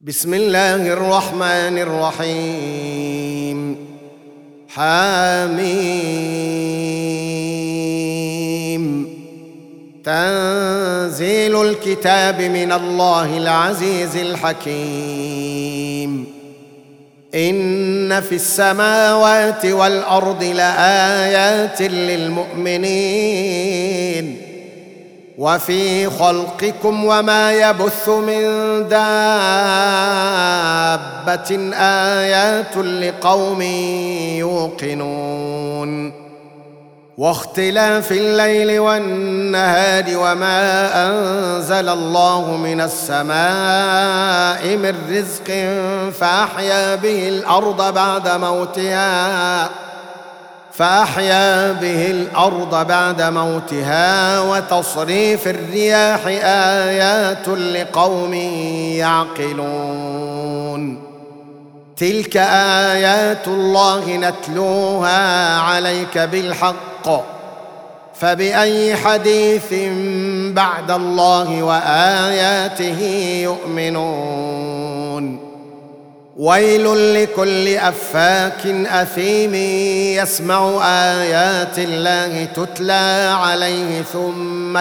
بسم الله الرحمن الرحيم. حميم. تنزيل الكتاب من الله العزيز الحكيم. إن في السماوات والأرض لآيات للمؤمنين وفي خلقكم وما يبث من دابة آيات لقوم يوقنون. واختلاف الليل والنهار وما أنزل الله من السماء من رزق فأحيا به الأرض بعد موتها وتصريف الرياح آيات لقوم يعقلون. تلك آيات الله نتلوها عليك بالحق، فبأي حديث بعد الله وآياته يؤمنون. ويل لكل أفاك أثيم يسمع آيات الله تتلى عليه ثم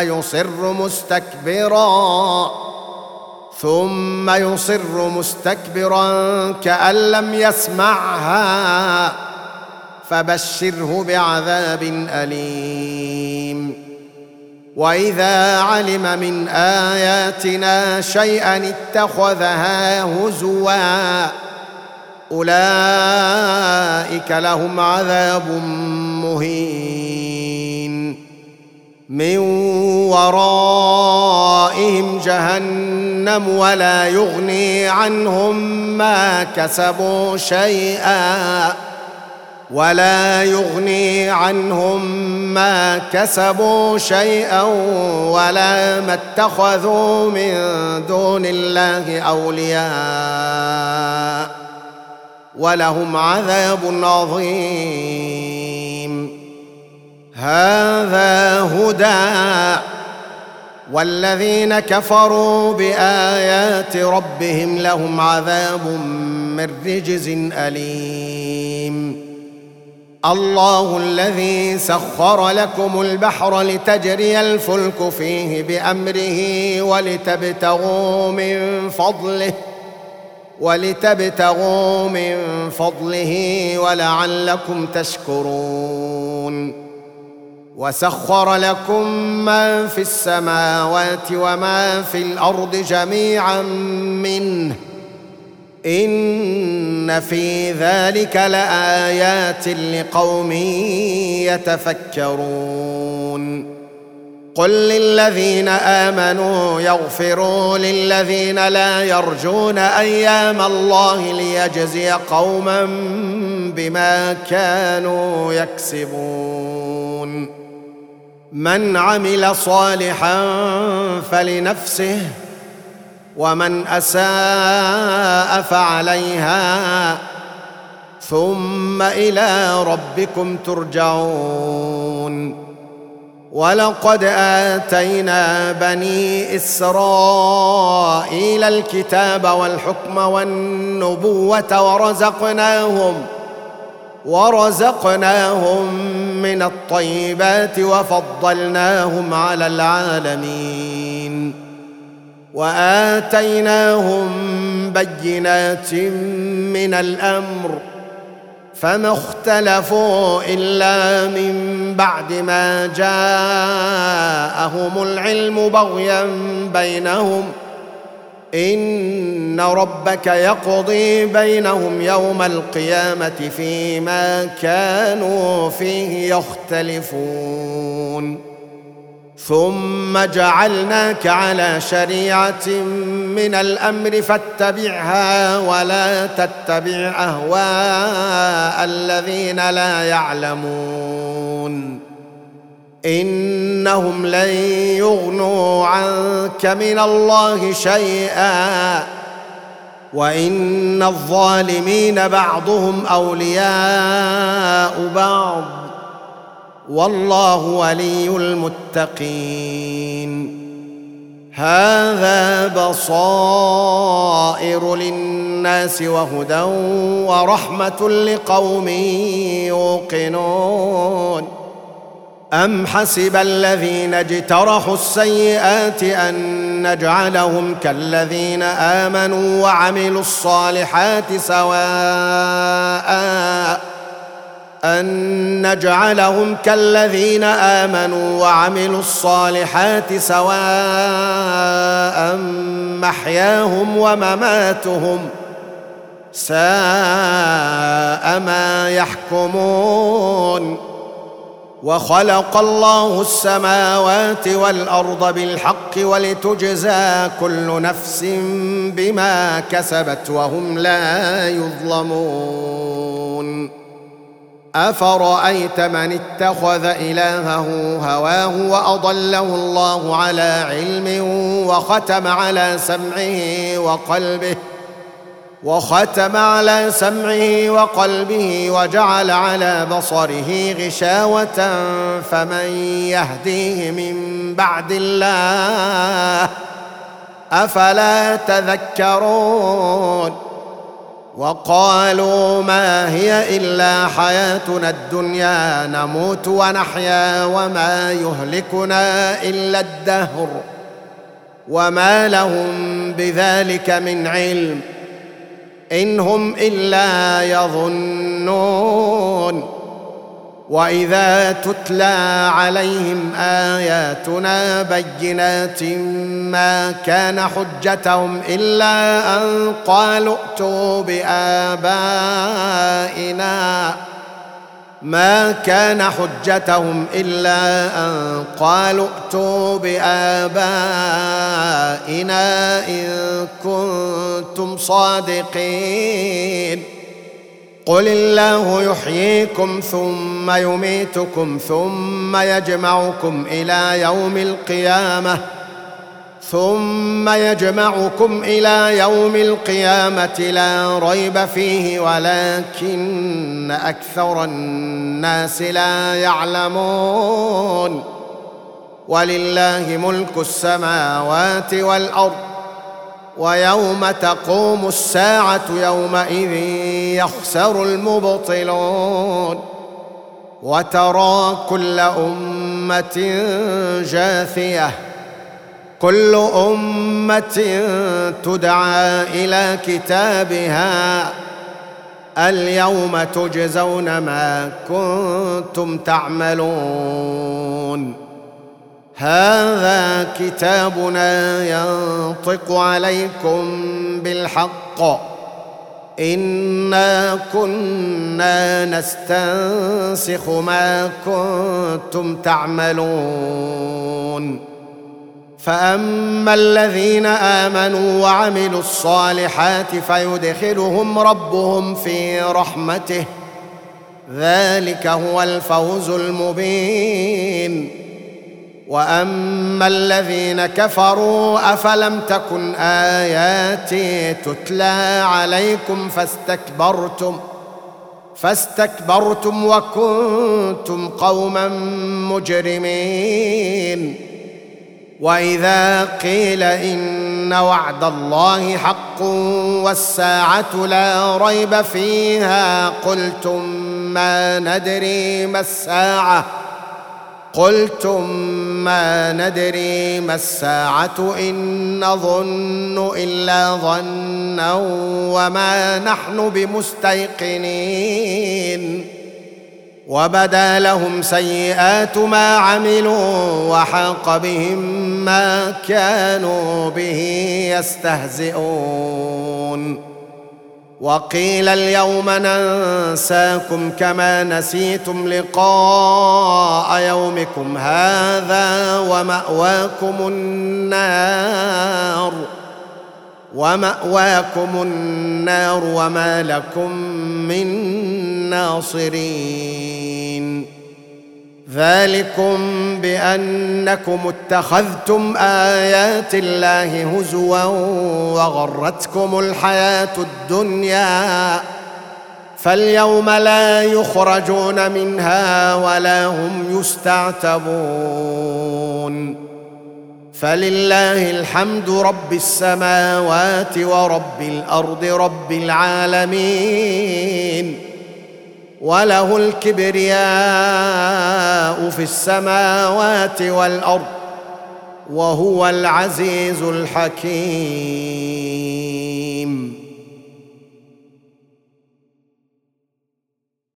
يصر مستكبرا كأن لم يسمعها، فبشره بعذاب أليم. وإذا علم من آياتنا شيئا اتخذها هزوا، أولئك لهم عذاب مهين. من ورائهم جهنم ولا يغني عنهم ما كسبوا شيئا ولا ما اتخذوا من دون الله أولياء ولهم عذاب عظيم. هذا هدى، والذين كفروا بآيات ربهم لهم عذاب من رجز أليم. الله الذي سخر لكم البحر لتجري الفلك فيه بأمره ولتبتغوا من فضله ولعلكم تشكرون. وسخر لكم ما في السماوات وما في الأرض جميعا منه، إن في ذلك لآيات لقوم يتفكرون. قل للذين آمنوا يغفروا للذين لا يرجون أيام الله ليجزي قوما بما كانوا يكسبون. من عمل صالحا فلنفسه ومن أساء فعليها ثم إلى ربكم ترجعون. ولقد آتينا بني إسرائيل الكتاب والحكم والنبوة ورزقناهم من الطيبات وفضلناهم على العالمين، وآتيناهم بينات من الأمر، فما اختلفوا إلا من بعد ما جاءهم العلم بغيا بينهم. إن ربك يقضي بينهم يوم القيامة فيما كانوا فيه يختلفون. ثم جعلناك على شريعة من الأمر فاتبعها ولا تتبع أهواء الذين لا يعلمون، إنهم لن يغنوا عنك من الله شيئا، وإن الظالمين بعضهم أولياء بعض، والله ولي المتقين. هذا بصائر للناس وهدى ورحمة لقوم يوقنون أم حسب الذين اجترحوا السيئات أن نجعلهم كالذين آمنوا وعملوا الصالحات سواء محياهم ومماتهم ساء ما يحكمون وخلق الله السماوات والأرض بالحق ولتجزى كل نفس بما كسبت وهم لا يظلمون أفرأيت من اتخذ إلهه هواه وأضله الله على علم وختم على سمعه وقلبه وجعل على بصره غشاوة فمن يهديه من بعد الله أفلا تذكرون وقالوا ما هي إلا حياتنا الدنيا نموت ونحيا وما يهلكنا إلا الدهر وما لهم بذلك من علم إن هم إلا يظنون وإذا تتلى عليهم آياتنا بينات ما كان حجتهم إلا أن قالوا ائتوا بآبائنا إن كنتم صادقين قل الله يحييكم ثم يميتكم ثم يجمعكم إلى يوم القيامة لا ريب فيه ولكن أكثر الناس لا يعلمون ولله ملك السماوات والأرض ويوم تقوم الساعة يومئذ يخسر المبطلون وترى كل أمة جاثية كل أمة تدعى إلى كتابها اليوم تجزون ما كنتم تعملون هذا كتابنا ينطق عليكم بالحق إنا كنا نستنسخ ما كنتم تعملون فأما الذين آمنوا وعملوا الصالحات فيدخلهم ربهم في رحمته ذلك هو الفوز المبين وأما الذين كفروا أفلم تكن آياتي تتلى عليكم فاستكبرتم وكنتم قوما مجرمين وإذا قيل إن وعد الله حق والساعة لا ريب فيها قلتم ما ندري ما الساعة إن نظن إلا ظنا وما نحن بمستيقنين وبدا لهم سيئات ما عملوا وحاق بهم ما كانوا به يستهزئون وقيل اليوم ننساكم كما نسيتم لقاء يومكم هذا ومأواكم النار وما لكم من ناصرين ذلكم بأنكم اتخذتم آيات الله هزوا وغرتكم الحياة الدنيا فاليوم لا يخرجون منها ولا هم يستعتبون فلله الحمد رب السماوات ورب الارض رب العالمين، وله الكبرياء في السماوات والارض، وهو العزيز الحكيم.